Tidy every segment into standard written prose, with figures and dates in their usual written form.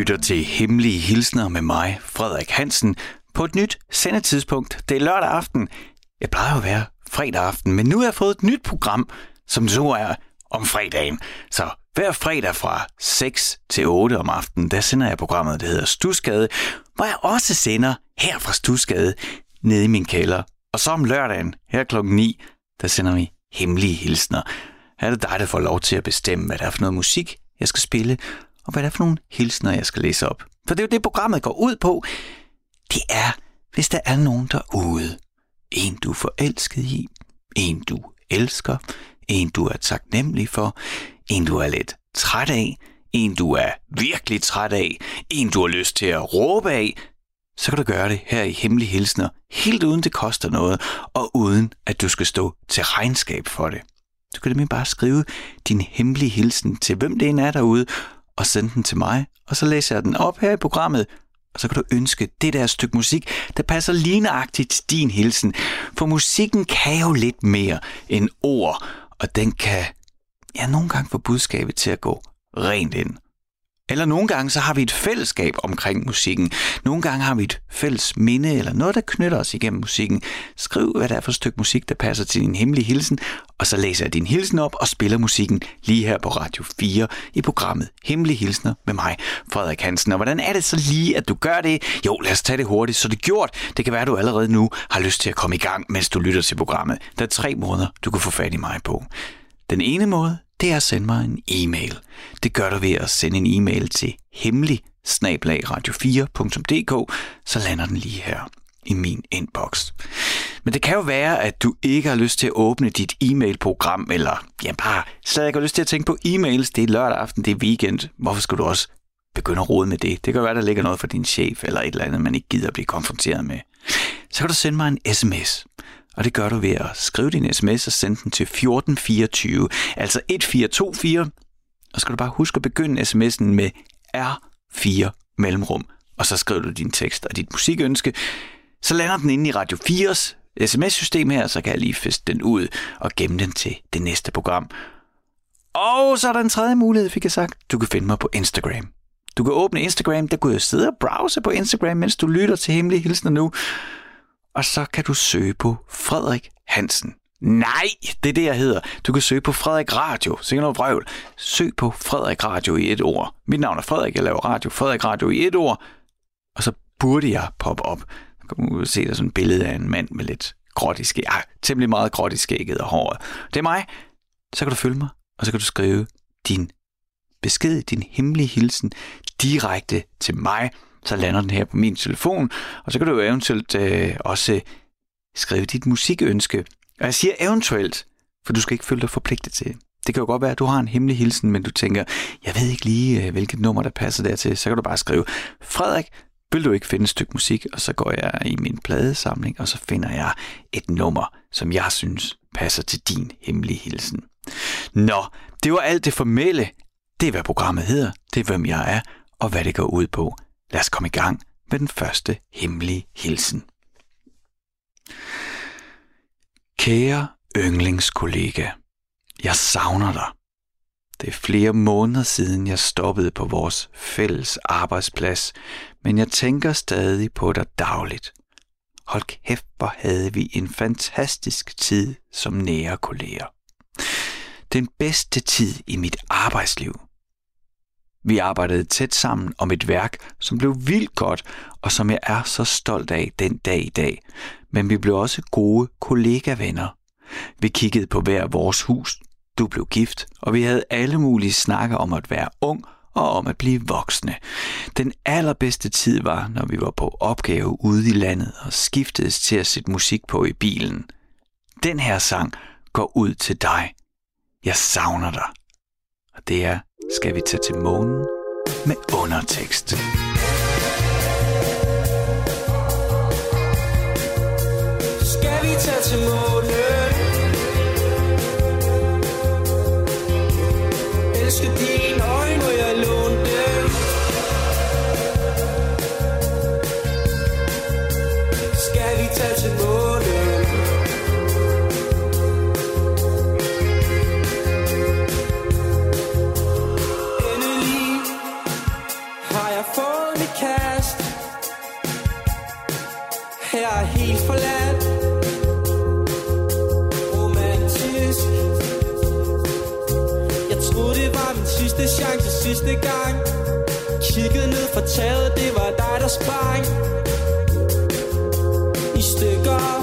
lytter til Hemmelige Hilsner med mig, Frederik Hansen, på et nyt sendetidspunkt. Det er lørdag aften. Jeg plejer at være fredag aften, men nu har jeg fået et nyt program, som så er om fredagen. Så hver fredag fra 6 til 8 om aftenen, der sender jeg programmet, der hedder Studsgade, hvor jeg også sender her fra Studsgade nede i min kælder. Og så om lørdagen, her klokken 9, der sender vi Hemmelige Hilsner. Her er det dig, der får lov til at bestemme, hvad det er for noget musik, jeg skal spille, og hvad det er for nogle hilsner, jeg skal læse op. For det er jo det, programmet går ud på. Det er, hvis der er nogen derude. En, du er forelsket i. En, du elsker. En, du er taknemmelig for. En, du er lidt træt af. En, du er virkelig træt af. En, du har lyst til at råbe af. Så kan du gøre det her i Hemmelige Hilsner, helt uden det koster noget, og uden at du skal stå til regnskab for det. Du kan nemlig bare skrive din hemmelige hilsen til hvem det end er derude, og sende den til mig, og så læser jeg den op her i programmet, og så kan du ønske det der stykke musik, der passer lige nøjagtigt til din hilsen. For musikken kan jo lidt mere end ord, og den kan nogle gange få budskabet til at gå rent ind. Eller nogle gange så har vi et fællesskab omkring musikken. Nogle gange har vi et fælles minde, eller noget, der knytter os igennem musikken. Skriv, hvad det er for et stykke musik, der passer til din hemmelige hilsen, og så læser jeg din hilsen op og spiller musikken lige her på Radio 4 i programmet Hemmelige Hilsner med mig, Frederik Hansen. Og hvordan er det så lige, at du gør det? Jo, lad os tage det hurtigt, så det er gjort. Det kan være, at du allerede nu har lyst til at komme i gang, mens du lytter til programmet. Der er 3 måder, du kan få fat i mig på. Den ene måde, det er at sende mig en e-mail. Det gør du ved at sende en e-mail til hemmelig@radio4.dk, så lander den lige her i min inbox. Men det kan jo være, at du ikke har lyst til at åbne dit e-mailprogram, eller bare slet ikke har lyst til at tænke på e-mails. Det er lørdag aften, det er weekend. Hvorfor skal du også begynde at rode med det? Det kan være, der ligger noget for din chef, eller et eller andet, man ikke gider at blive konfronteret med. Så kan du sende mig en sms. Og det gør du ved at skrive din sms og sende den til 1424, altså 1424. Og så skal du bare huske at begynde sms'en med R4 mellemrum. Og så skriver du din tekst og dit musikønske. Så lander den inde i Radio 4's sms-system her, så kan jeg lige fiske den ud og gemme den til det næste program. Og så er der en tredje mulighed, fik jeg sagt. Du kan finde mig på Instagram. Du kan åbne Instagram, der kan jeg sidde og browse på Instagram, mens du lytter til Hemmelige Hilsner nu. Og så kan du søge på Frederik Hansen. Nej, det er det, jeg hedder. Du kan søge på Frederik Radio. Sikkert noget vrøvl. Søg på Frederik Radio i et ord. Mit navn er Frederik, jeg laver radio. Frederik Radio i et ord. Og så burde jeg poppe op. Du kan se der sådan et billede af en mand med lidt gråt i skægget. Temmelig meget gråt i skægget og håret. Det er mig. Så kan du følge mig, og så kan du skrive din besked, din hemmelige hilsen, direkte til mig. Så lander den her på min telefon, og så kan du jo eventuelt også skrive dit musikønske. Og jeg siger eventuelt, for du skal ikke føle dig forpligtet til det. Det kan jo godt være, at du har en hemmelig hilsen, men du tænker, jeg ved ikke lige, hvilket nummer, der passer dertil. Så kan du bare skrive, Frederik, vil du ikke finde et stykke musik? Og så går jeg i min pladesamling, og så finder jeg et nummer, som jeg synes passer til din hemmelige hilsen. Nå, det var alt det formelle. Det er, hvad programmet hedder. Det er, hvem jeg er, og hvad det går ud på. Lad os komme i gang med den første hemmelige hilsen. Kære yndlingskollega, jeg savner dig. Det er flere måneder siden, jeg stoppede på vores fælles arbejdsplads, men jeg tænker stadig på dig dagligt. Hold kæft, hvor havde vi en fantastisk tid som nære kolleger. Den bedste tid i mit arbejdsliv. Vi arbejdede tæt sammen om et værk, som blev vildt godt, og som jeg er så stolt af den dag i dag. Men vi blev også gode kollegavenner. Vi kiggede på hver vores hus. Du blev gift, og vi havde alle mulige snakker om at være ung og om at blive voksne. Den allerbedste tid var, når vi var på opgave ude i landet og skiftedes til at sætte musik på i bilen. Den her sang går ud til dig. Jeg savner dig. Og det er Skal vi tage til månen med undertekst. Skal vi tage til månen? Elsker dine øjne, og jeg låner dem. Skal vi tage til månen? Endelig har jeg fået sidste gang. Kiggede ned fra taget, det var dig, der sprang i stykker.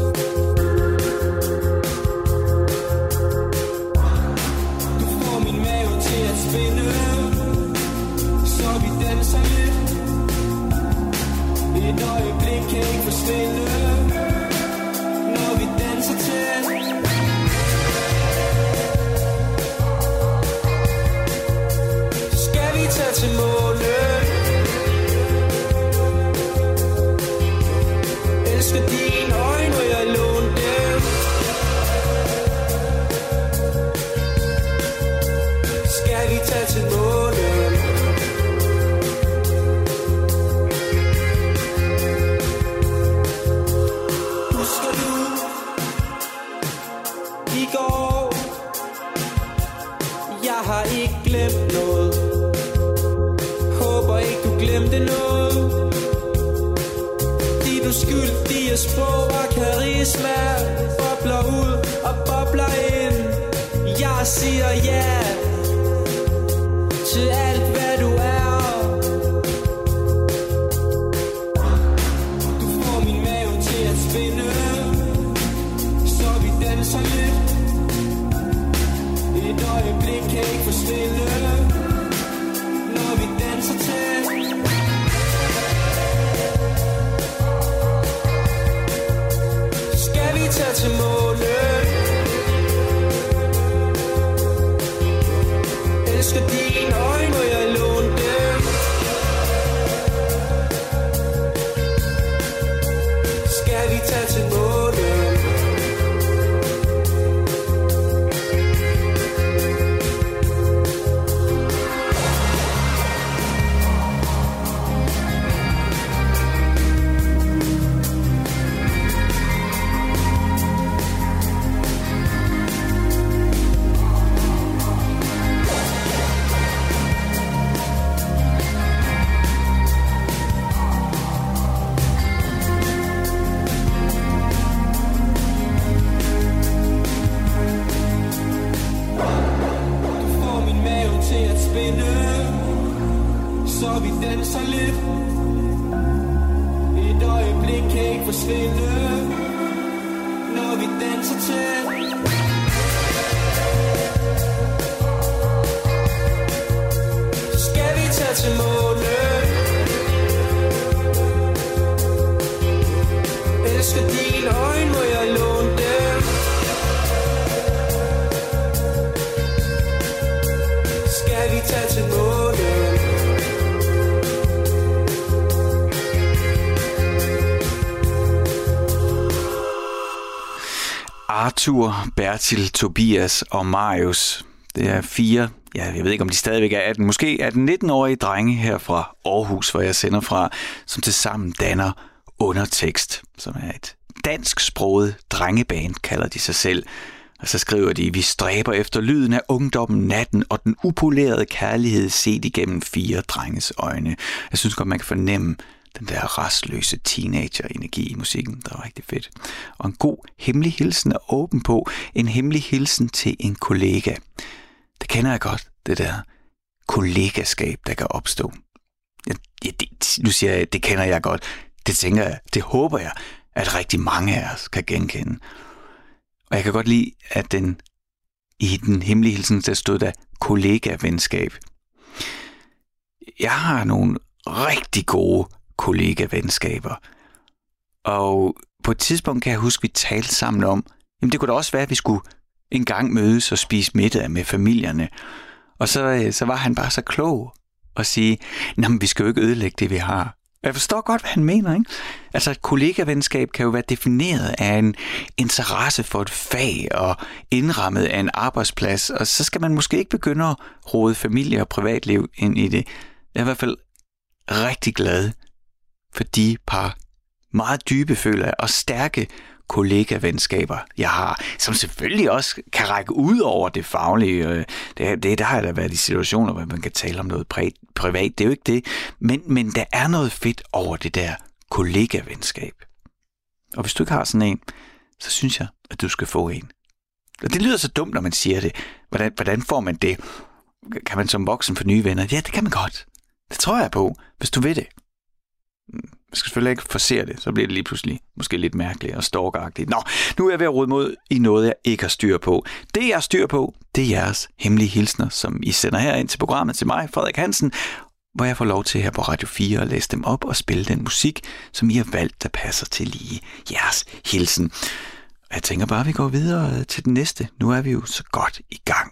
Du får min mave til at spinde, så vi danser lidt. Et øjeblik kan ikke forsvinde, når vi danser tæt. Skal vi tage til månen? Elsker dine øjne, og jeg låner dem. Skal vi tage til månen? Husker du i går? Jeg har ikke glemt noget. Håber ikke du glemte noget. De du skyldige sprog og karisma bobler ud og bobler ind. Jeg siger ja til alt hvad du er. Du får min mave til at spinde, så vi danser lidt. Et øjeblik kan ikke forsvinde, når vi danser tæt. Skal vi tage til månen? Elsker dine øjne, og jeg låner dem. Skal vi tage til månen? Så vi danser lidt. Et øjeblik kan ikke forsvinde, når vi danser tæt. Skal vi tage til månen? Elsker dine øjne, må jeg låne dem. Skal vi tage til månen? Arthur, Bertil, Tobias og Marius. Det er 4, jeg ved ikke om de stadigvæk er 18, måske er den 19-årige drenge her fra Aarhus, hvor jeg sender fra, som tilsammen danner Undertekst, som er et dansksproget drengeband, kalder de sig selv. Og så skriver de, vi stræber efter lyden af ungdommen, natten og den upolerede kærlighed set igennem 4 drenges øjne. Jeg synes godt, man kan fornemme den der rastløse teenager-energi i musikken, der er rigtig fedt. Og en god hemmelig hilsen er åben på. En hemmelig hilsen til en kollega. Det kender jeg godt, det der kollegaskab, der kan opstå. Nu siger jeg, det kender jeg godt. Det tænker jeg, det håber jeg, at rigtig mange af os kan genkende. Og jeg kan godt lide, at i den hemmelige hilsen, der stod der kollegavenskab. Jeg har nogle rigtig gode kollegavenskaber. Og på et tidspunkt kan jeg huske, at vi talte sammen om, jamen det kunne da også være, at vi skulle en gang mødes og spise middag med familierne. Og så var han bare så klog og sige, men vi skal jo ikke ødelægge det, vi har. Jeg forstår godt, hvad han mener, ikke? Altså et kollegavenskab kan jo være defineret af en interesse for et fag og indrammet af en arbejdsplads, og så skal man måske ikke begynde at rode familie og privatliv ind i det. Jeg er i hvert fald rigtig glad for de par meget dybe, føler jeg, og stærke kollegavenskaber, jeg har, som selvfølgelig også kan række ud over det faglige. Der har der været i situationer, hvor man kan tale om noget privat. Det er jo ikke det. Men der er noget fedt over det der kollegavenskab. Og hvis du ikke har sådan en, så synes jeg, at du skal få en. Og det lyder så dumt, når man siger det. Hvordan får man det? Kan man som voksen få nye venner? Ja, det kan man godt. Det tror jeg på, hvis du ved det. Jeg skal selvfølgelig ikke forsere det, så bliver det lige pludselig måske lidt mærkeligt og stalkeragtigt. Nå, nu er jeg ved at rode mod i noget, jeg ikke har styr på. Det, jeg har styr på, det er jeres hemmelige hilsner, som I sender her ind til programmet til mig, Frederik Hansen, hvor jeg får lov til her på Radio 4 at læse dem op og spille den musik, som I har valgt, der passer til lige jeres hilsen. Og jeg tænker bare, at vi går videre til den næste. Nu er vi jo så godt i gang.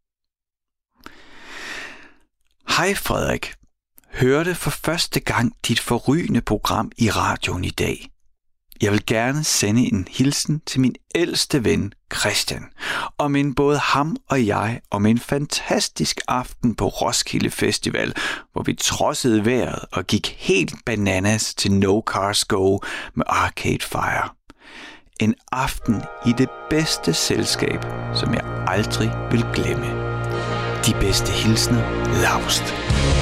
Hej Frederik. Hørte for første gang dit forrygende program i radioen i dag. Jeg vil gerne sende en hilsen til min ældste ven, Christian, og minde både ham og jeg om en fantastisk aften på Roskilde Festival, hvor vi trodsede vejret og gik helt bananas til No Cars Go med Arcade Fire. En aften i det bedste selskab, som jeg aldrig vil glemme. De bedste hilsner, Laust.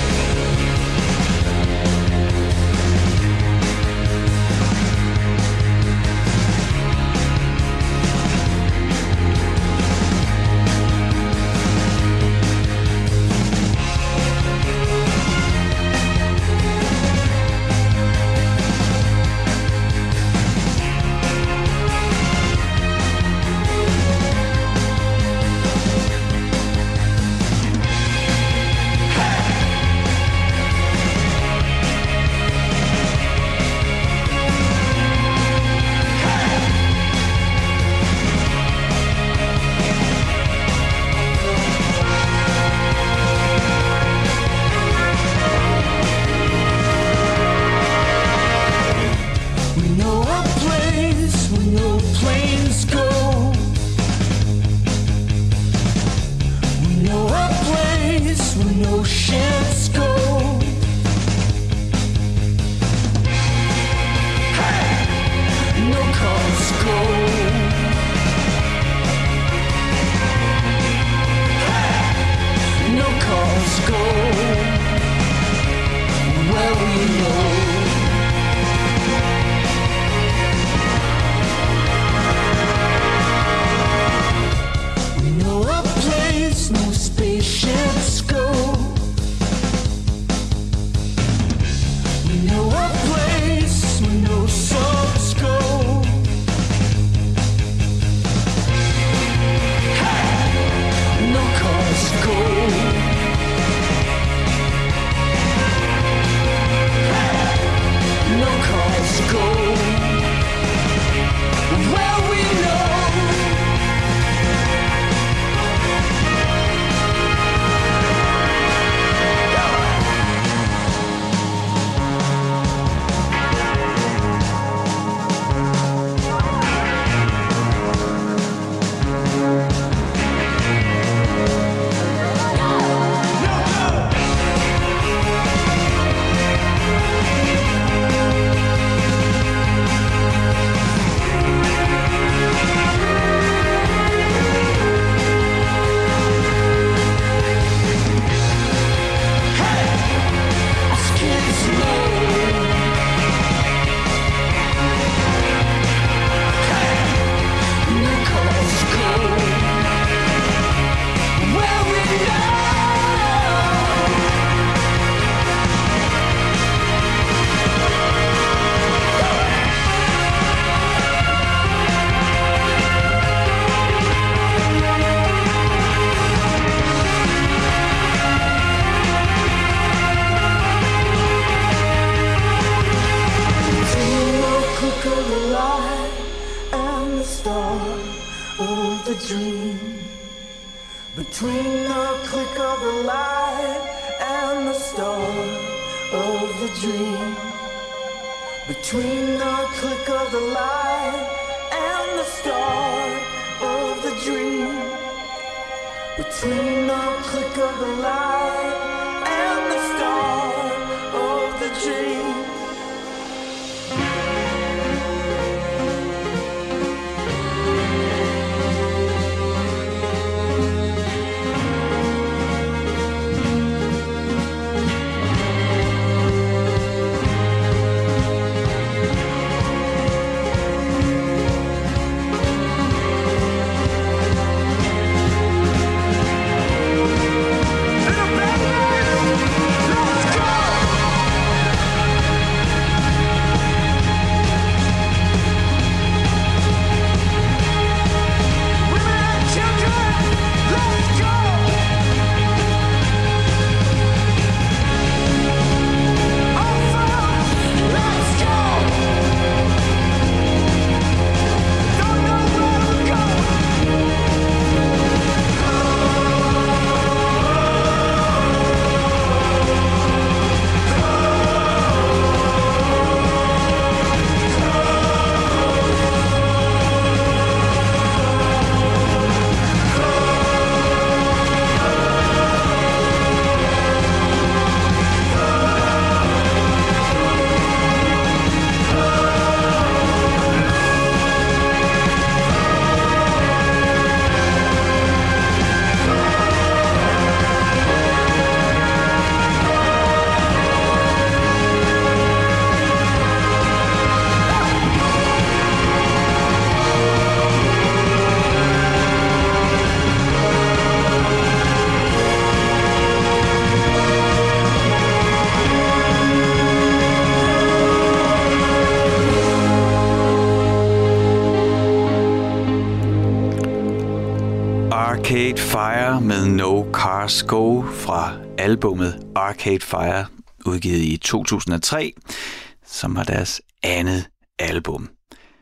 Between the click of the light and the start of the dream. Between the click of the light and the start of the dream. Between the click of the light and the start of the dream. Arcade Fire med No Cars Go fra albumet Arcade Fire, udgivet i 2003, som var deres andet album.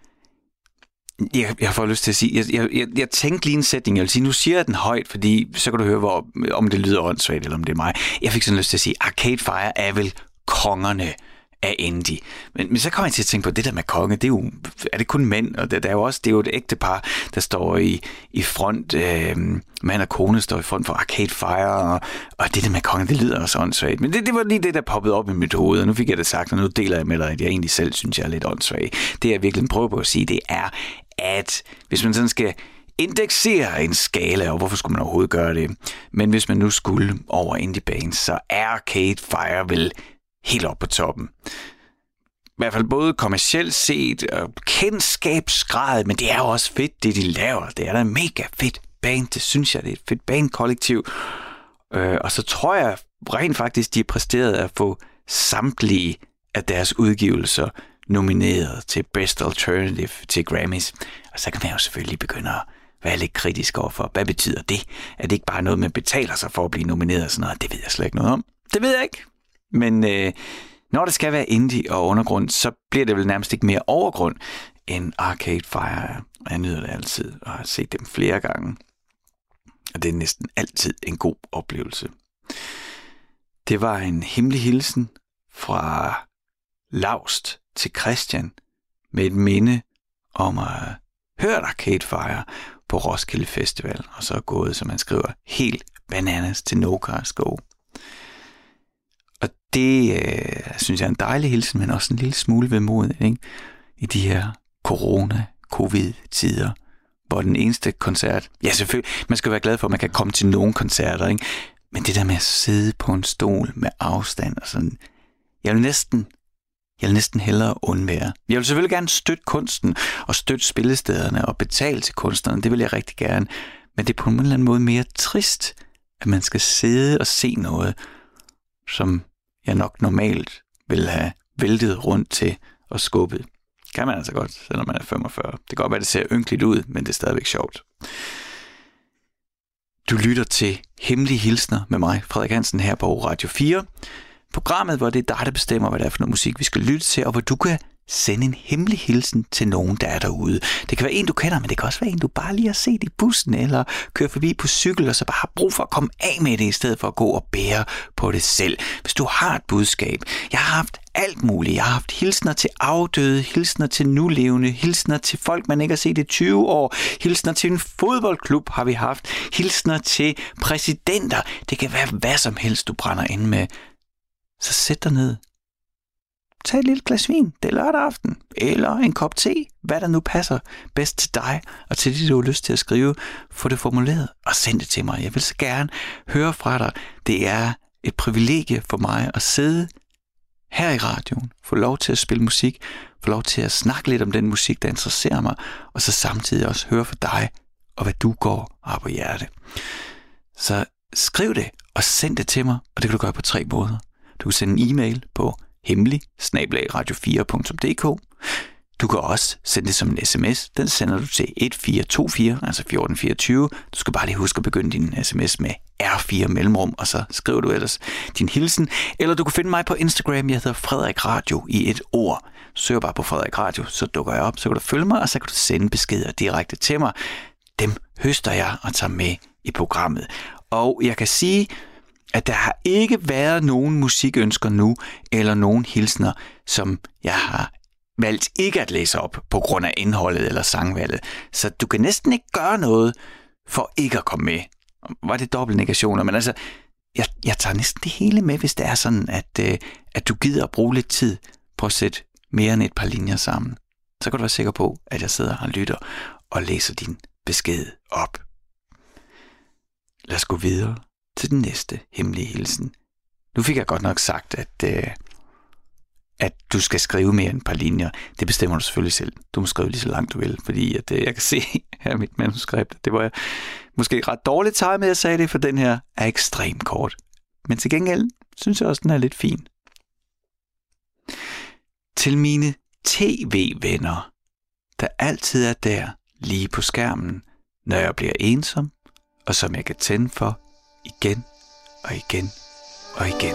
Jeg får lyst til at sige, jeg tænkte lige en sætning, jeg vil sige, nu siger jeg den højt, fordi så kan du høre, om det lyder åndssvagt, eller om det er mig. Jeg fik sådan lyst til at sige, Arcade Fire er vel kongerne af indie. Men så kommer jeg til at tænke på, det der med konge, det er jo, er det kun mænd? Og det er jo også, det er jo et ægtepar, der står i front, mand og kone står i front for Arcade Fire, og det der med konge, det lyder også åndssvagt. Men det var lige det, der poppede op i mit hoved, og nu fik jeg det sagt, og nu deler jeg med dig, at jeg egentlig selv synes, jeg er lidt åndssvagt. Det jeg virkelig prøver på at sige, det er, at hvis man sådan skal indeksere en skala, og hvorfor skulle man overhovedet gøre det? Men hvis man nu skulle over indie bands, så er Arcade Fire vel helt op på toppen. I hvert fald både kommercielt set og kendskabsgrad, men det er jo også fedt, det de laver. Det er da mega fedt band, det synes jeg, det er et fedt bandkollektiv. Og så tror jeg rent faktisk, de har præsteret at få samtlige af deres udgivelser nomineret til Best Alternative til Grammys. Og så kan man jo selvfølgelig begynde at være lidt kritisk overfor, hvad betyder det? Er det ikke bare noget, man betaler sig for at blive nomineret og sådan noget? Det ved jeg slet ikke noget om. Det ved jeg ikke. Men når det skal være indie og undergrund, så bliver det vel nærmest ikke mere overgrund end Arcade Fire. Og jeg nyder det altid og har set dem flere gange. Og det er næsten altid en god oplevelse. Det var en hemmelig hilsen fra Laust til Christian med et minde om at have hørt Arcade Fire på Roskilde Festival, og så er gået, som man skriver, helt bananas til No Cars Go. Og det synes jeg er en dejlig hilsen, men også en lille smule vemodig, ikke? I de her corona-covid-tider, hvor den eneste koncert, ja selvfølgelig, man skal være glad for, at man kan komme til nogle koncerter, ikke? Men det der med at sidde på en stol med afstand og sådan, jeg vil næsten hellere undvære. Jeg vil selvfølgelig gerne støtte kunsten og støtte spillestederne og betale til kunstnerne, det vil jeg rigtig gerne, men det er på en eller anden måde mere trist, at man skal sidde og se noget, som jeg nok normalt vil have væltet rundt til og skubbet. Kan man altså godt, selvom man er 45. Det kan godt være, at det ser ynkeligt ud, men det er stadigvæk sjovt. Du lytter til Hemmelige Hilsner med mig, Frederik Hansen, her på Radio 4. Programmet, hvor det er dig, der bestemmer, hvad det er for noget musik, vi skal lytte til, og hvor du kan sende en hemmelig hilsen til nogen, der er derude. Det kan være en, du kender, men det kan også være en, du bare lige har set i bussen, eller kører forbi på cykel, og så bare har brug for at komme af med det, i stedet for at gå og bære på det selv. Hvis du har et budskab. Jeg har haft alt muligt. Jeg har haft hilsner til afdøde, hilsner til nulevende, hilsner til folk, man ikke har set i 20 år, hilsner til en fodboldklub har vi haft, hilsner til præsidenter. Det kan være hvad som helst, du brænder ind med. Så sæt dig ned. Tag et lille glas vin, det er lørdag aften, eller en kop te, hvad der nu passer bedst til dig, og til det, du har lyst til at skrive. Få det formuleret og send det til mig. Jeg vil så gerne høre fra dig. Det er et privilegie for mig at sidde her i radioen, få lov til at spille musik, få lov til at snakke lidt om den musik, der interesserer mig, og så samtidig også høre fra dig, og hvad du går og har på hjerte. Så skriv det, og send det til mig, og det kan du gøre på 3 måder. Du kan sende en e-mail på hemmelig@radio4.dk. Du kan også sende det som en sms. Den sender du til 1424, altså 1424. Du skal bare lige huske at begynde din sms med R4 mellemrum, og så skriver du ellers din hilsen. Eller du kan finde mig på Instagram. Jeg hedder Frederik Radio i et ord. Søg bare på Frederik Radio, så dukker jeg op. Så kan du følge mig, og så kan du sende beskeder direkte til mig. Dem høster jeg og tager med i programmet. Og jeg kan sige, at der har ikke været nogen musikønsker nu, eller nogen hilsner, som jeg har valgt ikke at læse op på grund af indholdet eller sangvalget. Så du kan næsten ikke gøre noget for ikke at komme med. Var det dobbeltnegationer? Men altså, jeg tager næsten det hele med, hvis det er sådan, at du gider at bruge lidt tid på at sætte mere end et par linjer sammen. Så kan du være sikker på, at jeg sidder og lytter og læser din besked op. Lad os gå videre til den næste hemmelige hilsen. Nu fik jeg godt nok sagt, at du skal skrive mere end et par linjer. Det bestemmer du selvfølgelig selv. Du må skrive lige så langt du vil, fordi at, jeg kan se her mit manuskript. Det var måske ret dårligt timet, jeg sagde det, for den her er ekstremt kort. Men til gengæld synes jeg også, den er lidt fin. Til mine tv-venner, der altid er der lige på skærmen, når jeg bliver ensom og som jeg kan tænde for igen og igen og igen.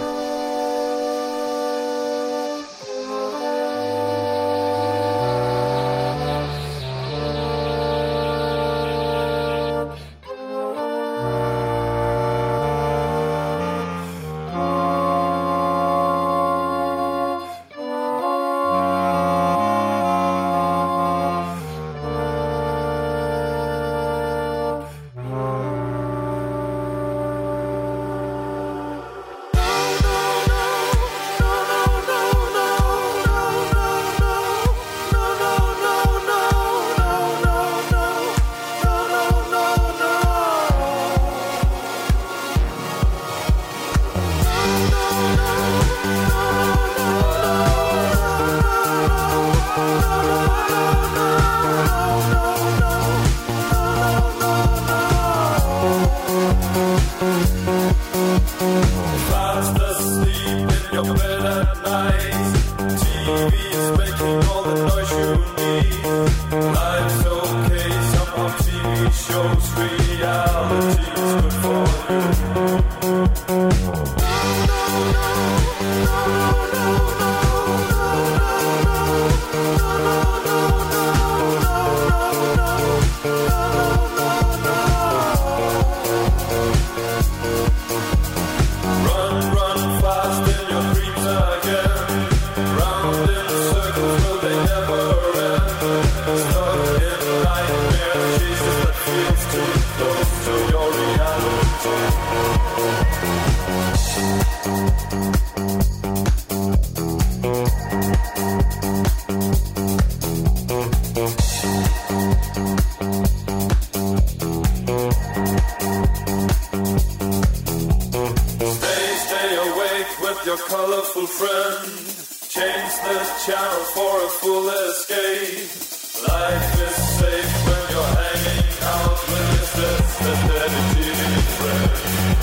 Your colorful friend, change the channel for a full escape. Life is safe when you're hanging out with your sister's dedicated friend.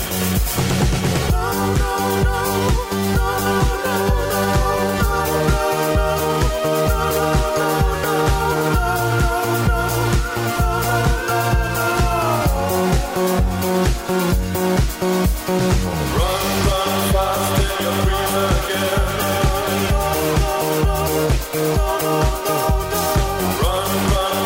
No, no, no, no, no, no, Run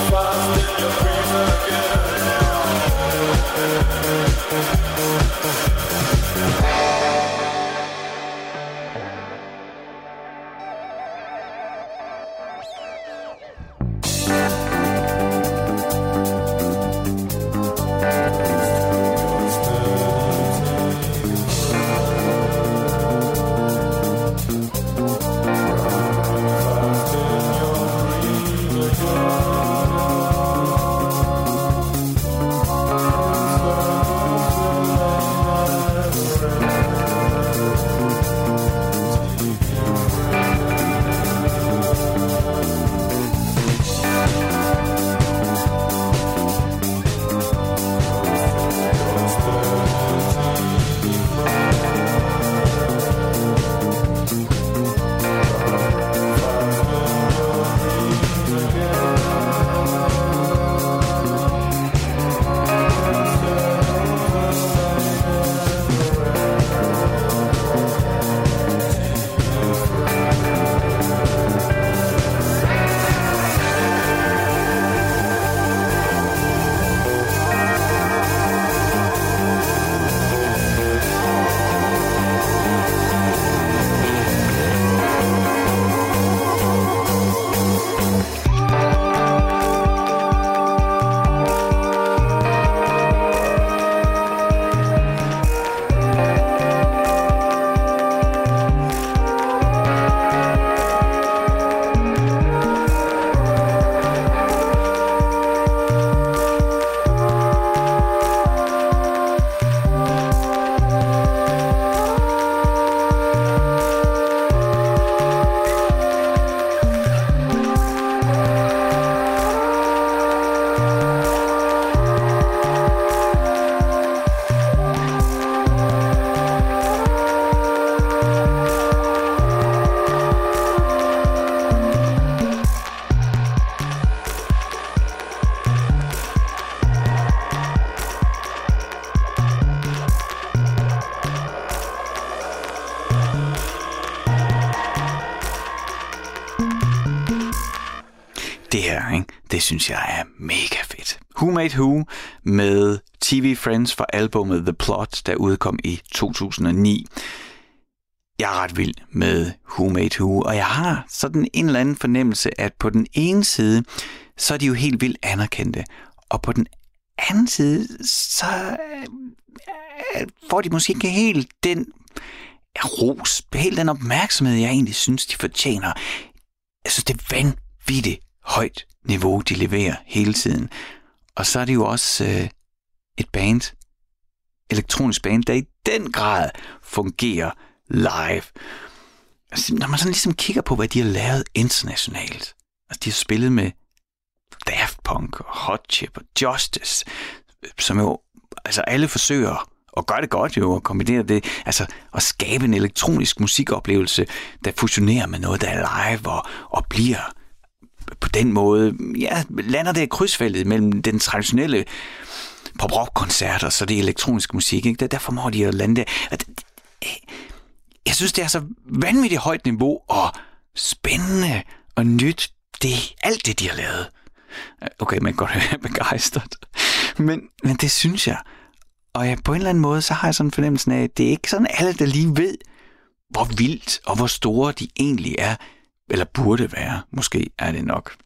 Det synes jeg er mega fedt. Who Made Who med TV Friends fra albumet The Plot, der udkom i 2009. Jeg er ret vild med Who Made Who, og jeg har sådan en eller anden fornemmelse, at på den ene side, så er de jo helt vildt anerkendte, og på den anden side, så får de måske ikke helt den ros, helt den opmærksomhed, jeg egentlig synes, de fortjener. Jeg synes, det er vanvittigt højt niveau, de leverer hele tiden. Og så er det jo også et band, elektronisk band, der i den grad fungerer live. Altså, når man sådan ligesom kigger på, hvad de har lavet internationalt. Altså, de har spillet med Daft Punk og Hot Chip og Justice, som jo, altså alle forsøger og gør det godt jo, at kombinere det, altså at skabe en elektronisk musikoplevelse, der fusionerer med noget, der er live og bliver på den måde, ja, lander det i krydsfeltet mellem den traditionelle pop-rock-koncert og så det elektroniske musik, ikke? Derfor må de at lande der. Jeg synes, det er så vanvittigt højt niveau og spændende og nyt, alt det, de har lavet. Okay, man kan godt høre begejstret. Men det synes jeg. Og på en eller anden måde, så har jeg sådan en fornemmelse af, at det er ikke sådan alle, der lige ved, hvor vildt og hvor store de egentlig er, eller burde være. Måske er det nok.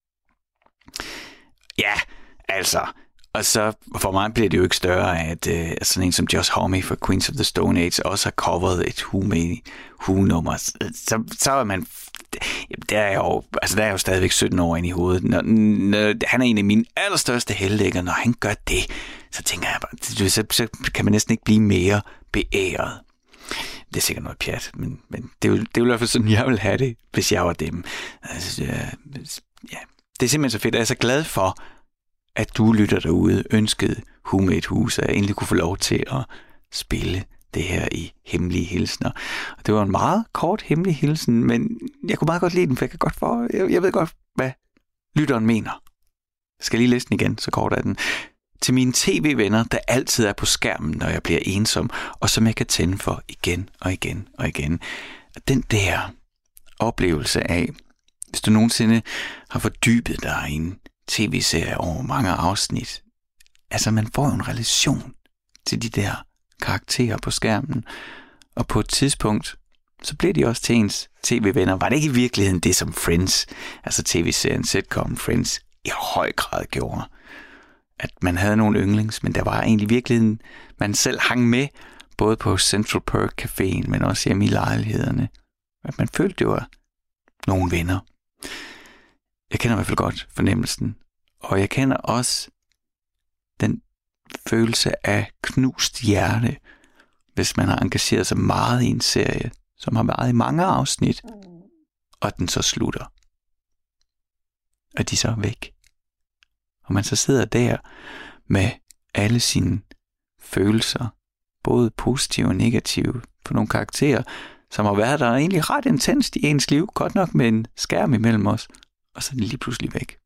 Ja, altså. Og så for mig bliver det jo ikke større, at sådan en som Josh Homme fra Queens of the Stone Age også har coveret et Who Made Who-nummer. Så er man... Der er jeg jo stadigvæk 17 år inde i hovedet. Når han er en af mine allerstørste helte, og når han gør det, så tænker jeg bare, så kan man næsten ikke blive mere beæret. Det er sikkert noget pjat, men det er jo i hvert fald sådan, jeg vil have det, hvis jeg var dem. Altså, ja. Det er simpelthen så fedt, og jeg er så glad for, at du lytter derude, ønskede Who Made Who, så jeg endelig kunne få lov til at spille det her i hemmelige hilsner. Og det var en meget kort hemmelig hilsen, men jeg kunne meget godt lide den, for jeg ved godt, hvad lytteren mener. Jeg skal lige læse den igen, så kort er den. Til mine tv-venner, der altid er på skærmen, når jeg bliver ensom, og som jeg kan tænde for igen og igen og igen. Den der oplevelse af, hvis du nogensinde har fordybet dig i en tv-serie over mange afsnit, altså man får en relation til de der karakterer på skærmen, og på et tidspunkt, så bliver de også til ens tv-venner. Var det ikke i virkeligheden det, som Friends, altså tv-serien sitcom Friends, i høj grad gjorde? At man havde nogle yndlings, men der var egentlig i virkeligheden, man selv hang med, både på Central Perk Caféen, men også hjemme i lejlighederne. At man følte, det var nogle venner. Jeg kender i hvert fald godt fornemmelsen, og jeg kender også den følelse af knust hjerte, hvis man har engageret sig meget i en serie, som har været i mange afsnit, og den så slutter. Og de så er væk. Og man så sidder der med alle sine følelser, både positive og negative, på nogle karakterer, som har været der egentlig ret intenst i ens liv, godt nok med en skærm imellem os, og så er den lige pludselig væk.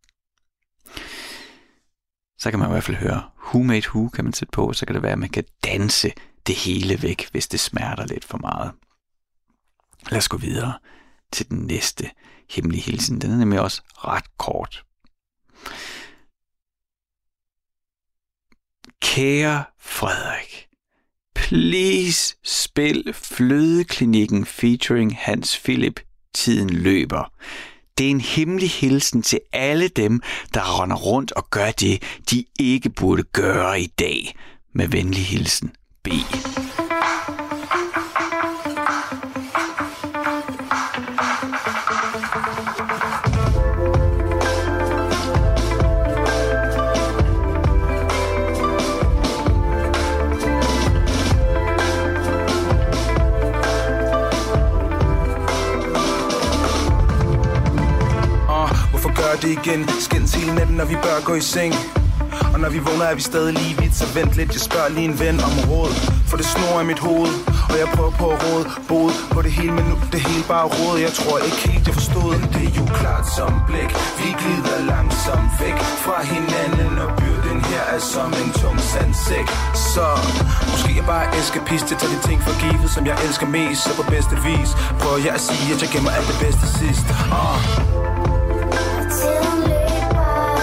Så kan man i hvert fald høre Who Made Who, kan man sætte på, og så kan det være, at man kan danse det hele væk, hvis det smerter lidt for meget. Lad os gå videre til den næste hemmelige hilsen. Den er nemlig også ret kort. Kære Frederik, please spil Flødeklinikken featuring Hans Philip. Tiden løber. Det er en hemmelig hilsen til alle dem, der render rundt og gør det, de ikke burde gøre i dag. Med venlig hilsen, B. Det igen, skændes hele natten, når vi bør gå i seng. Og når vi vågner, er vi stadig lige vidt. Så vent lidt, jeg spørger lige en ven om råd. For det snor i mit hoved, og jeg prøver på at råde bod på det hele, men nu det hele bare råd. Jeg tror ikke helt, jeg forstod. Men det er jo klart som blæk. Vi glider langsomt væk fra hinanden, og byrden her er som en tung sandsæk. Så måske jeg bare eskapist. Jeg tager de ting for givet, som jeg elsker mest. Så på bedste vis prøver jeg at sige, at jeg gemmer alt det bedste sidst. Tiden løber.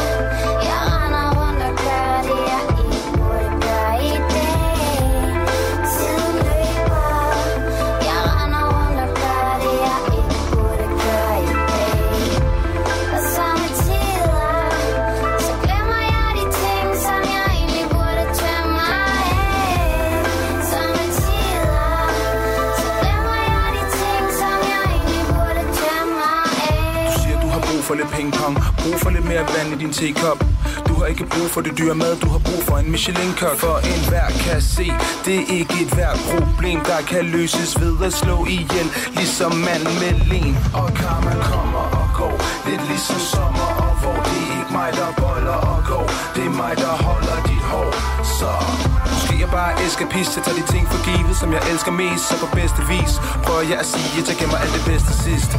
jeg få lidt mere vand i din tekop. Du har ikke brug for det dyre mad, du har brug for en Michelin-kok. For enhver kan se, det er ikke et hvert problem, der kan løses ved at slå ihjel, ligesom manden med len. Og karma kommer og går, lidt ligesom sommer og hvor. Det er ikke mig, der boller og går, det er mig, der holder dit hår. Så måske jeg bare eskapist, jeg tager de ting for givet, som jeg elsker mest. Så på bedste vis prøver jeg at sige, at jeg gemmer alt det bedste sidst.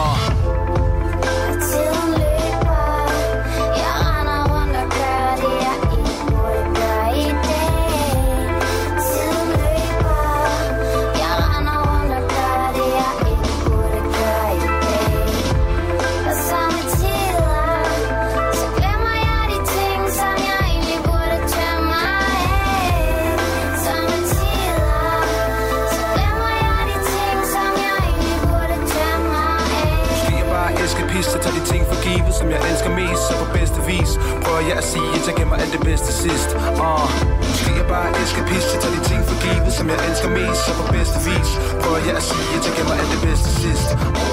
Tiden løber, jeg render rundt og gør det, jeg ikke burde gøre i dag. Tiden løber, jeg render rundt og gør det, jeg ikke burde gøre i dag. Og somme tider, så glemmer jeg de ting, som jeg egentlig burde tømme mig af. Somme tider, så glemmer jeg de ting, som jeg egentlig burde tømme mig af. Måske jeg bare eskapist, jeg tager de ting for givet, som jeg elsker mest. Så på bedste vis prøver jeg at sige, at jeg gemmer alt det bedste sidst. Måske jeg bare eskapist, jeg tager de ting for givet, som jeg elsker mest. Så på bedste vis prøver jeg at sige, at jeg gemmer alt det bedste sidst.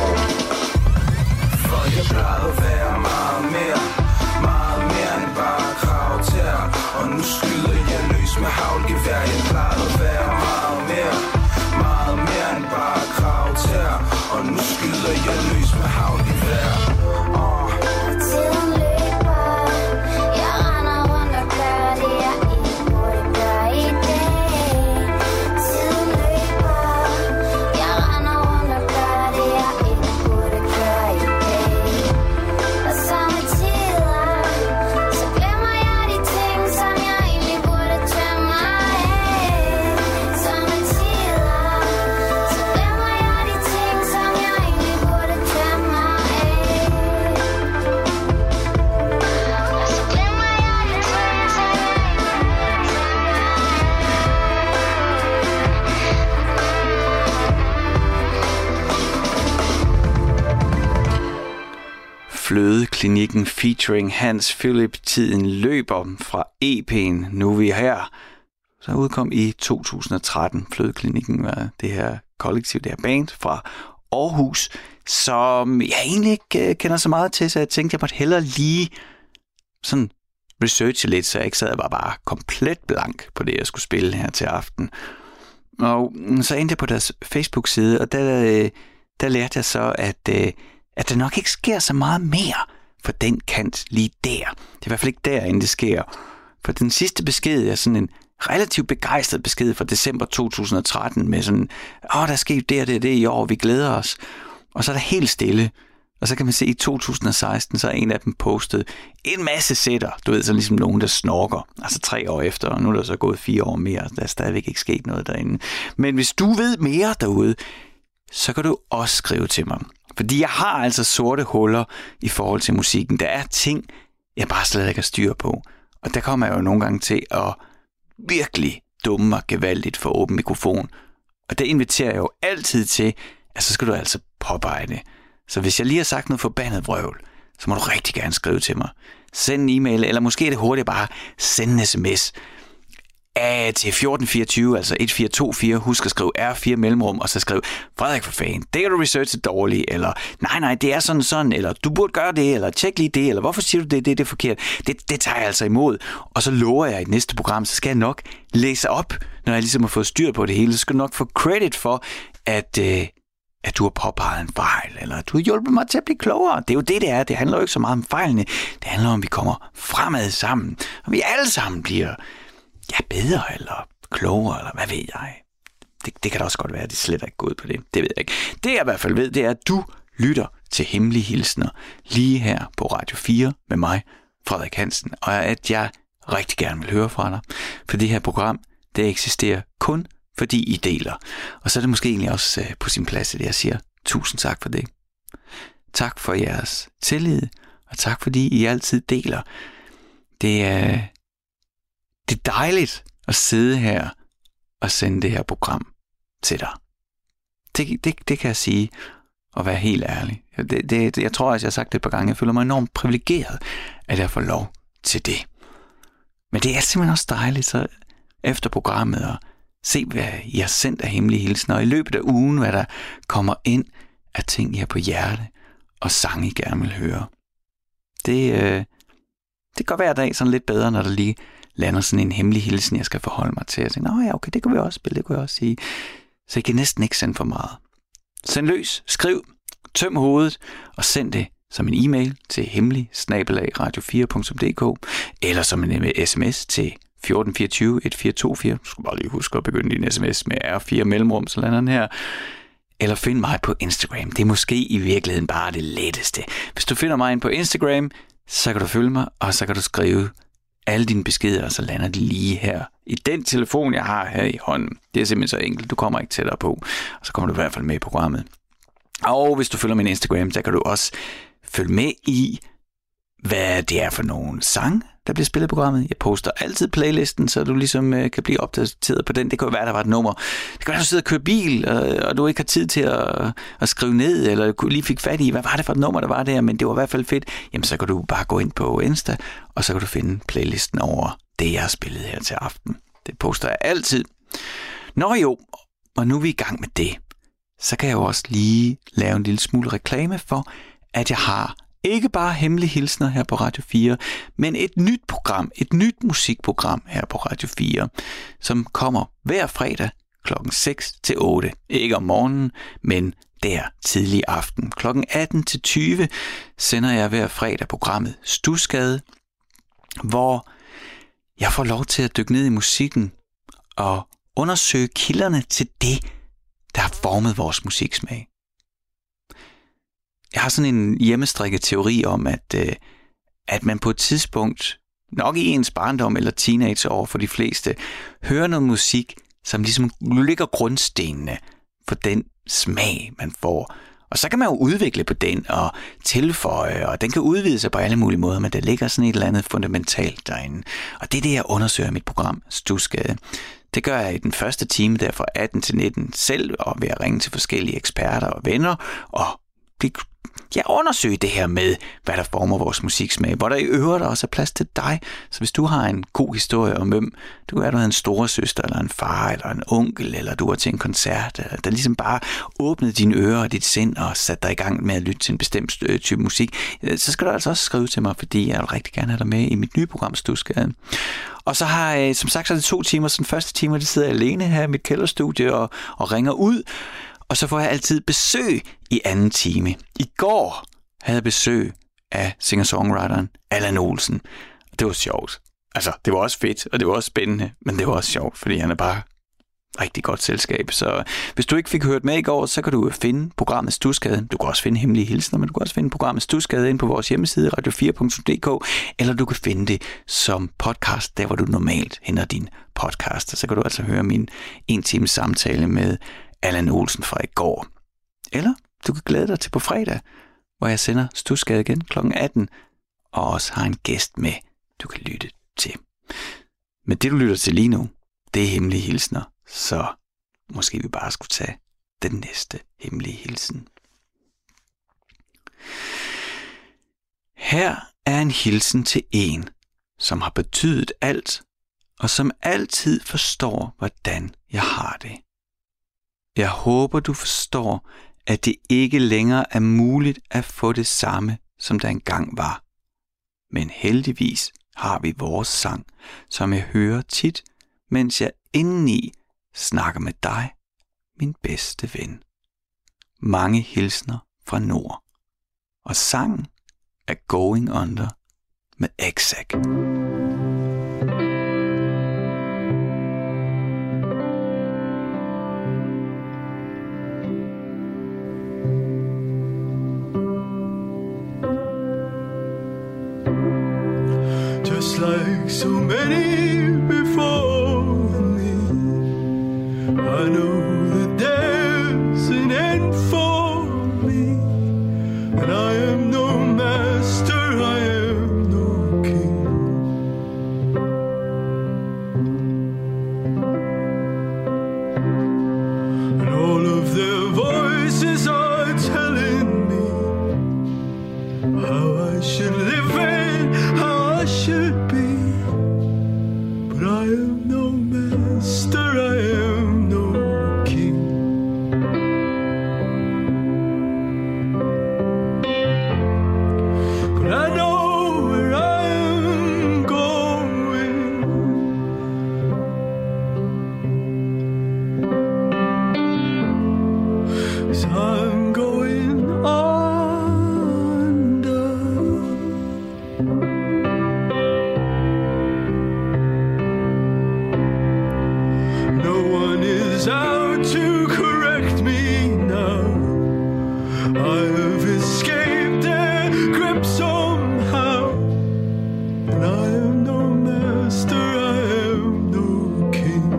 For jeg plejede at være meget mere end bare kravtær. Og nu skyder jeg løs med havlgevær. Jeg plejede at være meget mere end bare kravtær. Og nu skyder jeg løs med havlgevær. Tiden løber, jeg render rundt og gør det, jeg ikke burde gøre i dag. Tiden løber, jeg render rundt og gør det, jeg ikke burde gøre i dag. Og somme tider, så glemmer jeg de ting, som jeg egentlig burde tømme mig af. Somme tider, så glemmer jeg de ting, som jeg egentlig burde tømme mig af. Så glemmer jeg de ting, som jeg Flødeklinikken featuring Hans Philip. Tiden løber fra EP'en Nu er vi her. Så udkom i 2013. Flødeklinikken var det her kollektiv, det her band fra Aarhus, som jeg egentlig ikke kender så meget til, så jeg tænkte, jeg måtte hellere lige sådan researche lidt, så jeg ikke sad og var bare komplet blank på det, jeg skulle spille her til aften. Og så endte jeg på deres Facebook-side, og der lærte jeg så, at der nok ikke sker så meget mere for den kant lige der. Det er i hvert fald ikke derinde, det sker. For den sidste besked er sådan en relativt begejstret besked fra december 2013 med sådan, der er sket det i år, vi glæder os. Og så er der helt stille. Og så kan man se, at i 2016, så er en af dem postet en masse sætter. Du ved, sådan ligesom nogen, der snorker. Altså 3 år efter, og nu er der så gået 4 år mere. Der er stadigvæk ikke sket noget derinde. Men hvis du ved mere derude, så kan du også skrive til mig. Fordi jeg har altså sorte huller i forhold til musikken. Der er ting, jeg bare slet ikke har styr på. Og der kommer jeg jo nogle gange til at virkelig dumme mig gevaldigt for åben mikrofon. Og det inviterer jeg jo altid til, at så skal du altså påpege det. Så hvis jeg lige har sagt noget forbandet vrøvl, så må du rigtig gerne skrive til mig. Send en e-mail, eller måske er det hurtigt bare send en sms. Til 1424, altså 1424, husk at skrive R4 mellemrum, og så skriv, Frederik for fanden, det kan du researche dårligt, eller nej, det er sådan, eller du burde gøre det, eller tjek lige det, eller hvorfor siger du det er forkert. Det tager jeg altså imod, og så lover jeg i det næste program, så skal jeg nok læse op, når jeg ligesom har fået styr på det hele, så skal du nok få credit for, at du har påpeget en fejl, eller at du har hjulpet mig til at blive klogere. Det er jo det er. Det handler jo ikke så meget om fejlene. Det handler om, at vi kommer fremad sammen, og vi alle sammen bliver bedre, eller klogere, eller hvad ved jeg. Det kan da også godt være, at det slet ikke er gået på det. Det ved jeg ikke. Det jeg i hvert fald ved, det er, at du lytter til Hemmelige Hilsner lige her på Radio 4 med mig, Frederik Hansen, og at jeg rigtig gerne vil høre fra dig. For det her program, det eksisterer kun fordi I deler. Og så er det måske egentlig også på sin plads, at jeg siger tusind tak for det. Tak for jeres tillid, og tak fordi I altid deler. Det er dejligt at sidde her og sende det her program til dig. Det kan jeg sige, og være helt ærlig. Jeg tror, at jeg har sagt det et par gange. Jeg føler mig enormt privilegeret, at jeg får lov til det. Men det er simpelthen også dejligt, så efter programmet at se, hvad I har sendt af Hemmelige Hilsner, og i løbet af ugen, hvad der kommer ind af ting, I har på hjerte, og sange, I gerne vil høre. Det kan godt være dag sådan lidt bedre, når der lige lander sådan en hemmelig hilsen, jeg skal forholde mig til. Og tænke, ja, okay, det kan vi også spille, det kan jeg også sige. Så jeg kan næsten ikke sende for meget. Send løs, skriv, tøm hovedet, og send det som en e-mail til hemmelig@radio4.dk, eller som en sms til 1424 1424. Du skal bare lige huske at begynde din sms med R4 mellemrum, så lander den her. Eller find mig på Instagram. Det er måske i virkeligheden bare det letteste. Hvis du finder mig ind på Instagram, så kan du følge mig, og så kan du skrive alle dine beskeder, og så lander de lige her i den telefon, jeg har her i hånden. Det er simpelthen så enkelt. Du kommer ikke tættere på, og så kommer du i hvert fald med i programmet. Og hvis du følger min Instagram, så kan du også følge med i, hvad det er for nogle sange, der bliver spillet i programmet. Jeg poster altid playlisten, så du ligesom kan blive opdateret på den. Det kan jo være, der var et nummer. Det kan være, du sidder og kører bil, og du ikke har tid til at skrive ned, eller du lige fik fat i, hvad var det for et nummer, der var der, men det var i hvert fald fedt. Jamen, så kan du bare gå ind på Insta, og så kan du finde playlisten over det, jeg har spillet her til aften. Det poster jeg altid. Nå jo, og nu er vi i gang med det. Så kan jeg jo også lige lave en lille smule reklame for, at jeg har ikke bare hemmelige hilsner her på Radio 4, men et nyt program, et nyt musikprogram her på Radio 4, som kommer hver fredag klokken 6 til 8. Ikke om morgenen, men der tidlig aften. Klokken 18 til 20 sender jeg hver fredag programmet Stusgade, hvor jeg får lov til at dykke ned i musikken og undersøge kilderne til det, der har formet vores musiksmag. Jeg har sådan en hjemmestrikket teori om, at man på et tidspunkt, nok i ens barndom eller teenageår for de fleste, hører noget musik, som ligesom ligger grundstenene for den smag, man får. Og så kan man jo udvikle på den og tilføje, og den kan udvide sig på alle mulige måder, men der ligger sådan et eller andet fundamentalt derinde. Og det er det, jeg undersøger i mit program, Stusgade. Det gør jeg i den første time, der fra 18 til 19 selv, og ved at ringe til forskellige eksperter og venner, og jeg undersøger det her med, hvad der former vores musiksmag, hvor der i øvrigt også er plads til dig. Så hvis du har en god historie om hvem, du kan være, du har en storesøster, eller en far, eller en onkel, eller du har til en koncert, der ligesom bare åbnede dine ører og dit sind og satte dig i gang med at lytte til en bestemt type musik, så skal du altså også skrive til mig, fordi jeg vil rigtig gerne have dig med i mit nye program, Stusgade. Og så har jeg, som sagt, så er det 2 timer, så den første time, det sidder jeg alene her i mit kælderstudie og ringer ud. Og så får jeg altid besøg i anden time. I går havde jeg besøg af singer-songwriteren Allan Olsen. Det var sjovt. Altså, det var også fedt, og det var også spændende, men det var også sjovt, fordi han er bare rigtig godt selskab. Så hvis du ikke fik hørt med i går, så kan du finde programmet Stusgade. Du kan også finde hemmelige hilsner, men du kan også finde programmet Stusgade inde på vores hjemmeside, radio4.dk, eller du kan finde det som podcast, der hvor du normalt henter din podcast. Og så kan du altså høre min 1 times samtale med Allan Olsen fra i går. Eller du kan glæde dig til på fredag, hvor jeg sender Stusgade igen kl. 18, og også har en gæst med, du kan lytte til. Men det, du lytter til lige nu, det er hemmelige hilsner, så måske vi bare skulle tage den næste hemmelige hilsen. Her er en hilsen til en, som har betydet alt, og som altid forstår, hvordan jeg har det. Jeg håber, du forstår, at det ikke længere er muligt at få det samme, som der engang var. Men heldigvis har vi vores sang, som jeg hører tit, mens jeg indeni snakker med dig, min bedste ven. Mange hilsner fra nord. Og sangen er Going Under med Exact. Just like so many before me, I know that there's an end for me, and I am no master, I am no king. And all of their voices are telling me how I should live and how I should be. is out to correct me now. I've escaped their grip somehow, and I am no master, I am no king.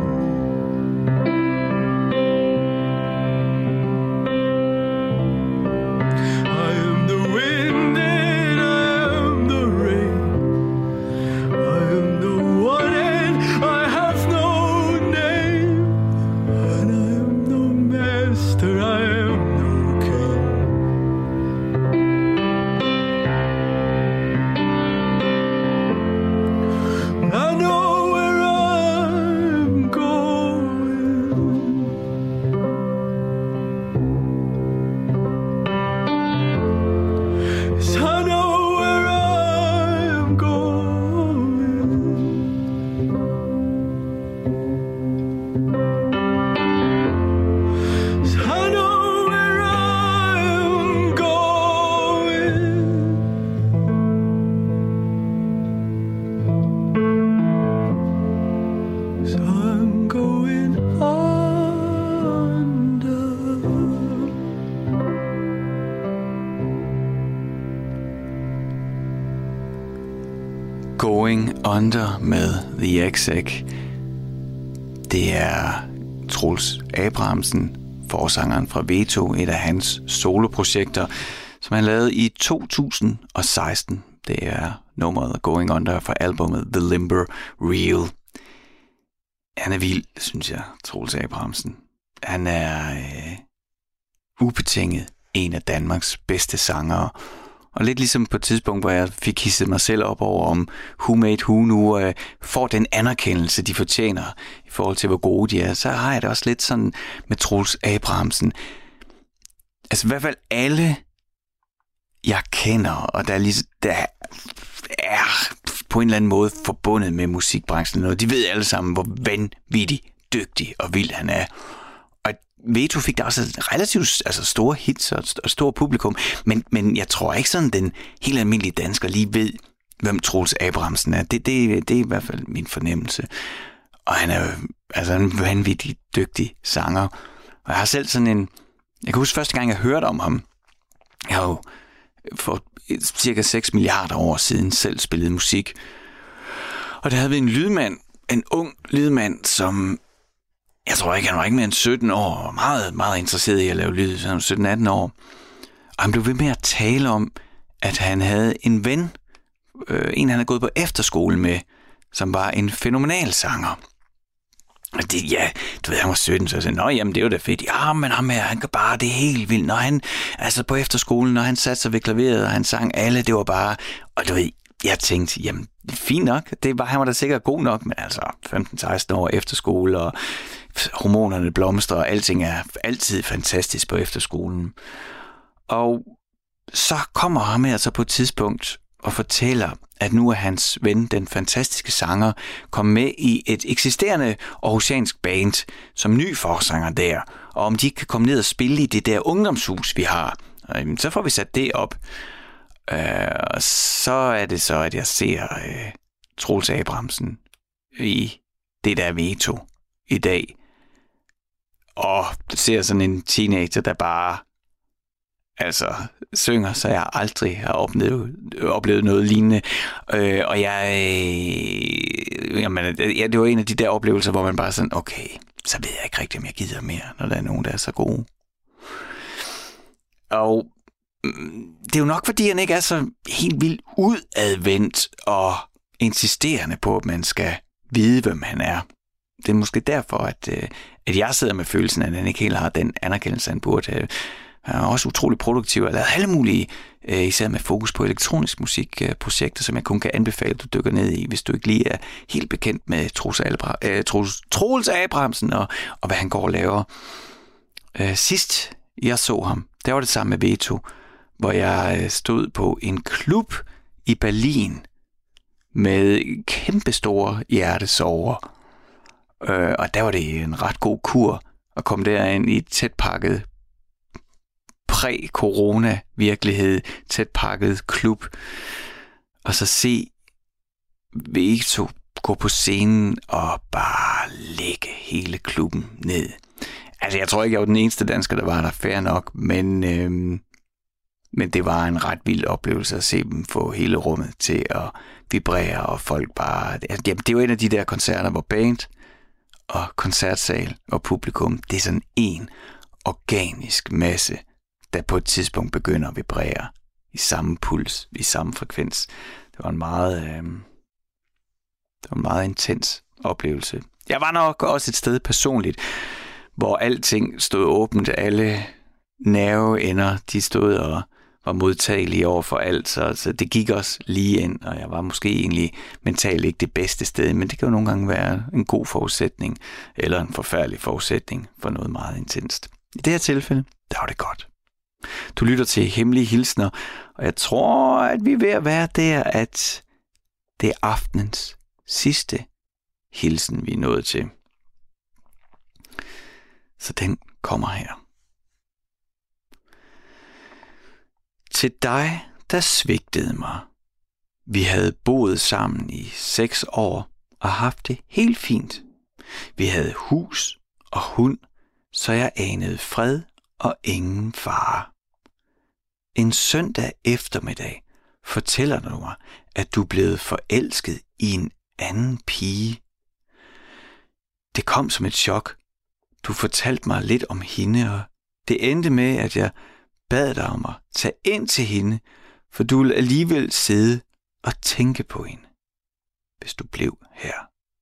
I am the wind and I am the rain. I am the one and I have no name, and I am no master, I am no king. I know where I'm going. Yes, I know where I'm going. Yes, I know where I'm going. So I'm going under. Going Under med The XX. Det er Troels Abrahamsen, forsangeren fra Veto, et af hans soloprojekter, som han lavede i 2016. Det er nummeret Going Under fra albumet The Limber Real. Han er vild, synes jeg, Troels Abrahamsen. Han er ubetinget en af Danmarks bedste sangere. Og lidt ligesom på et tidspunkt, hvor jeg fik hisset mig selv op over, om Who Made Who nu får den anerkendelse, de fortjener i forhold til, hvor gode de er, så har jeg det også lidt sådan med Troels Abrahamsen. Altså i hvert fald alle, jeg kender, og der er på en eller anden måde forbundet med musikbranchen, og de ved alle sammen, hvor vanvittigt dygtig og vild han er. Og Veto fik der også relativt store hits og stor publikum, men jeg tror ikke sådan, den helt almindelige dansker lige ved, hvem Troels Abrahamsen er. Det er i hvert fald min fornemmelse. Og han er jo en vanvittigt dygtig sanger. Og jeg har selv sådan en... Jeg kan huske første gang, jeg hørte om ham. Jeg har jo for cirka 6 milliarder år siden selv spillet musik. Og der havde vi en lydmand, en ung lydmand, som... Jeg tror ikke, han var ikke mere end 17 år, og meget, meget interesseret i at lave lyd, så han var 17-18 år. Og han blev ved med at tale om, at han havde en ven, en han havde gået på efterskole med, som var en fænomenal sanger. Og det, ja, du ved, han var 17, så jeg sagde, nå, jamen, det er jo da fedt. Ja, men ham her, han kan bare, det er helt vildt. Når han, altså på efterskolen, når han satte sig ved klaveret, og han sang alle, det var bare, og du ved, jeg tænkte, jamen, fint nok, han var da sikkert god nok, men altså 15-16 år efterskole, og hormonerne blomstrer, og alting er altid fantastisk på efterskolen. Og så kommer ham her så på et tidspunkt og fortæller, at nu er hans ven, den fantastiske sanger, kommet med i et eksisterende aarhusiansk band som ny forsanger der, og om de kan komme ned og spille i det der ungdomshus, vi har. Så får vi sat det op. Og så er det så, at jeg ser Troels Abrahamsen i det der Veto i dag. Og ser sådan en teenager, der bare synger, så jeg aldrig har oplevet noget lignende. Og det var en af de der oplevelser, hvor man bare sådan, okay, så ved jeg ikke rigtig, om jeg gider mere, når der er nogen, der er så gode. Og det er jo nok, fordi han ikke er så helt vildt udadvendt og insisterende på, at man skal vide, hvem han er. Det er måske derfor, at jeg sidder med følelsen, at han ikke helt har den anerkendelse, han burde have. Han er også utrolig produktiv og lavet alle mulige, især med fokus på elektronisk musikprojekter, som jeg kun kan anbefale, at du dykker ned i, hvis du ikke lige er helt bekendt med Troels Abrahamsen og hvad han går og laver. Sidst jeg så ham, der var det sammen med Veto, hvor jeg stod på en klub i Berlin med kæmpestore hjertesorger. Og der var det en ret god kur at komme derind i et tætpakket præ-corona-virkelighed, tætpakket klub, og så se Veto gå på scenen og bare lægge hele klubben ned. Altså, jeg tror ikke, jeg var den eneste dansker, der var der, fair nok, men det var en ret vild oplevelse at se dem få hele rummet til at vibrere, og folk bare... Det var en af de der koncerter, hvor band og koncertsal og publikum, det er sådan en organisk masse, der på et tidspunkt begynder at vibrere i samme puls, i samme frekvens. Det var en meget intens oplevelse. Jeg var nok også et sted personligt, hvor alting stod åbent, alle nerveender, de stod og var modtagelige over for alt, så det gik også lige ind, og jeg var måske egentlig mentalt ikke det bedste sted, men det kan jo nogle gange være en god forudsætning, eller en forfærdelig forudsætning for noget meget intenst. I det her tilfælde, der var det godt. Du lytter til Hemmelige Hilsner, og jeg tror, at vi er ved at være der, at det er aftenens sidste hilsen, vi er nået til. Så den kommer her. Til dig, der svigtede mig. Vi havde boet sammen i 6 år og haft det helt fint. Vi havde hus og hund, så jeg anede fred og ingen fare. En søndag eftermiddag fortæller du mig, at du er blevet forelsket i en anden pige. Det kom som et chok. Du fortalte mig lidt om hende, og det endte med, at jeg bad dig om at tage ind til hende, for du ville alligevel sidde og tænke på hende, hvis du blev her.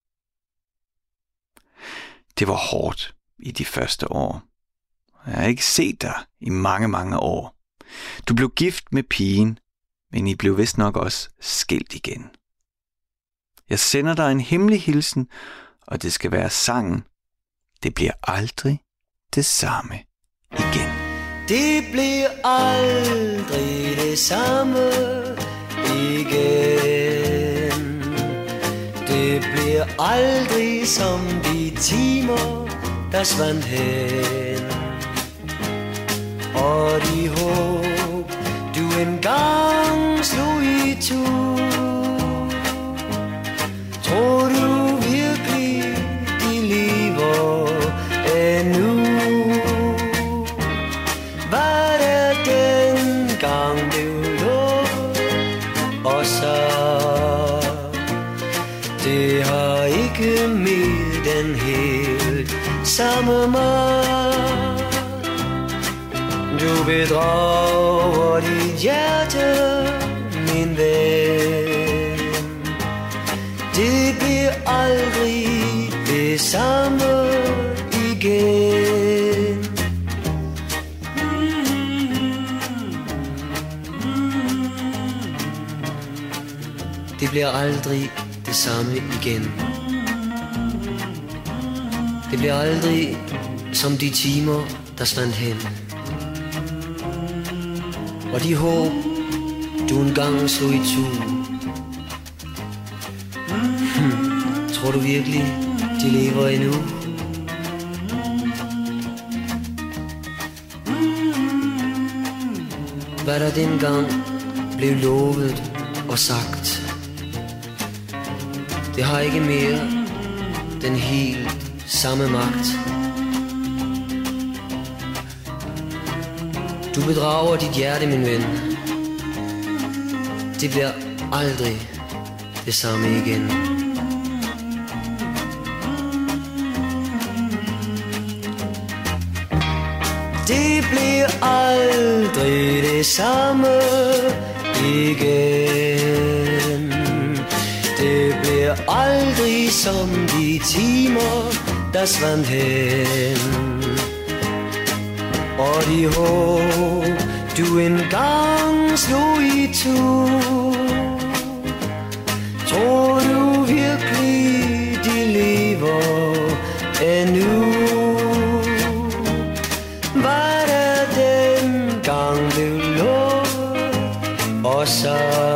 Det var hårdt i de første år. Jeg har ikke set dig i mange, mange år. Du blev gift med pigen, men I blev vist nok også skilt igen. Jeg sender dig en hemmelig hilsen, og det skal være sangen. Det bliver aldrig det samme igen. Det bliver aldrig det samme igen. Det bliver aldrig som de timer, der svandt hen. Og de håb, du engang slog i tu. Tror du virkelig, de lever endnu? Var der dengang blev lovet, og så det har ikke med den helt samme magt. Du bedrager dit hjerte, min ven. Det bliver aldrig det samme igen. Det bliver aldrig det samme igen. Det bliver aldrig som de timer, der svandt hen. Og de håb, du engang slog i tu. Tror du virkelig, de lever endnu? Hvad der dengang blev lovet og sagt, det har ikke mere den helt samme magt. Du bedrager dit hjerte, min ven. Det bliver aldrig det samme igen. Det bliver aldrig det samme igen. Det bliver aldrig som de timer, der svandt hen. Og de håb, du engang slog i tu. Tror du virkelig, de lever endnu? Var der dengang blev lovet, og så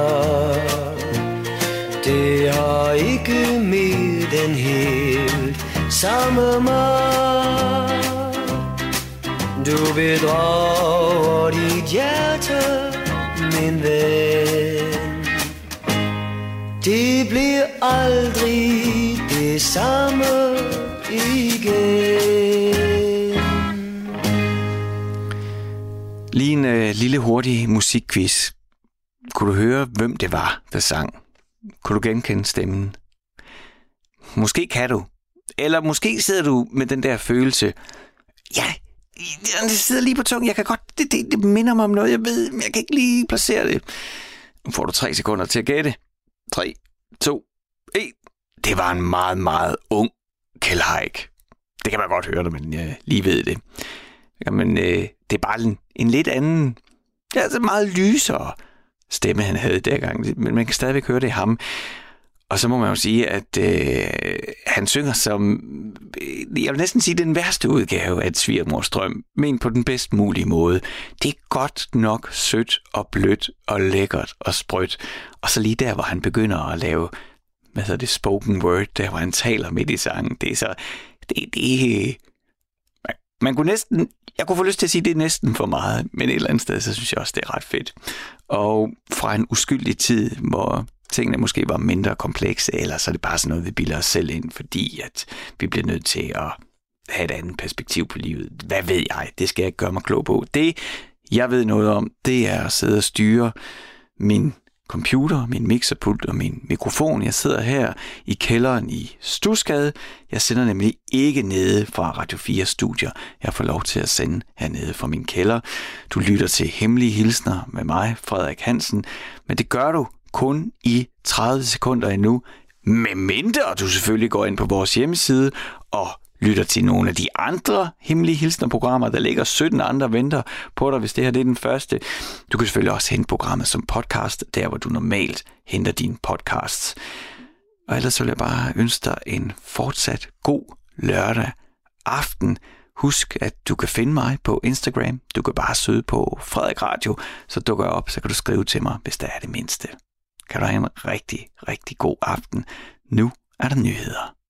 det har ikke med den helt samme magt. Du bedrager dit hjerte, min ven. Det bliver aldrig det samme igen. en lille hurtig musikquiz. Kunne du høre, hvem det var, der sang? Kunne du genkende stemmen? Måske kan du. Eller måske sidder du med den der følelse. Ja, det sidder lige på tungen. Jeg kan godt, det minder mig om noget, jeg ved, men jeg kan ikke lige placere det. Nu får du 3 sekunder til at gætte. 3, 2, 1. Det var en meget, meget ung Kjeld Haik. Det kan man godt høre, når man lige ved det. Jamen, det er bare en lidt anden, altså meget lysere stemme, han havde dengang. Men man kan stadigvæk høre det i ham. Og så må man jo sige, at han synger som, jeg vil næsten sige, den værste udgave af et Svigermors drøm, men på den bedst mulige måde. Det er godt nok sødt og blødt og lækkert og sprødt. Og så lige der, hvor han begynder at lave, spoken word, der hvor han taler midt i sangen. Det er så, man kunne næsten, jeg kunne få lyst til at sige, at det er næsten for meget, men et eller andet sted, så synes jeg også, det er ret fedt. Og fra en uskyldig tid, hvor tingene måske var mindre komplekse, eller så er det bare sådan noget, vi bilder os selv ind, fordi at vi bliver nødt til at have et andet perspektiv på livet. Hvad ved jeg? Det skal jeg ikke gøre mig klog på. Det, jeg ved noget om, det er at sidde og styre min computer, min mixerpult og min mikrofon. Jeg sidder her i kælderen i Studsgade. Jeg sender nemlig ikke nede fra Radio 4 studier. Jeg får lov til at sende hernede fra min kælder. Du lytter til Hemmelige Hilsner med mig, Frederik Hansen, men det gør du kun i 30 sekunder endnu, medmindre du selvfølgelig går ind på vores hjemmeside og lytter til nogle af de andre Hemmelige Hilsner-programmer. Der ligger 17 andre venter på dig, hvis det her det er den første. Du kan selvfølgelig også hente programmet som podcast, der hvor du normalt henter dine podcasts. Og ellers vil jeg bare ønske dig en fortsat god lørdag aften. Husk, at du kan finde mig på Instagram. Du kan bare søge på Frederik Radio, så dukker jeg op, så kan du skrive til mig, hvis der er det mindste. Kan du have en rigtig, rigtig god aften. Nu er der nyheder.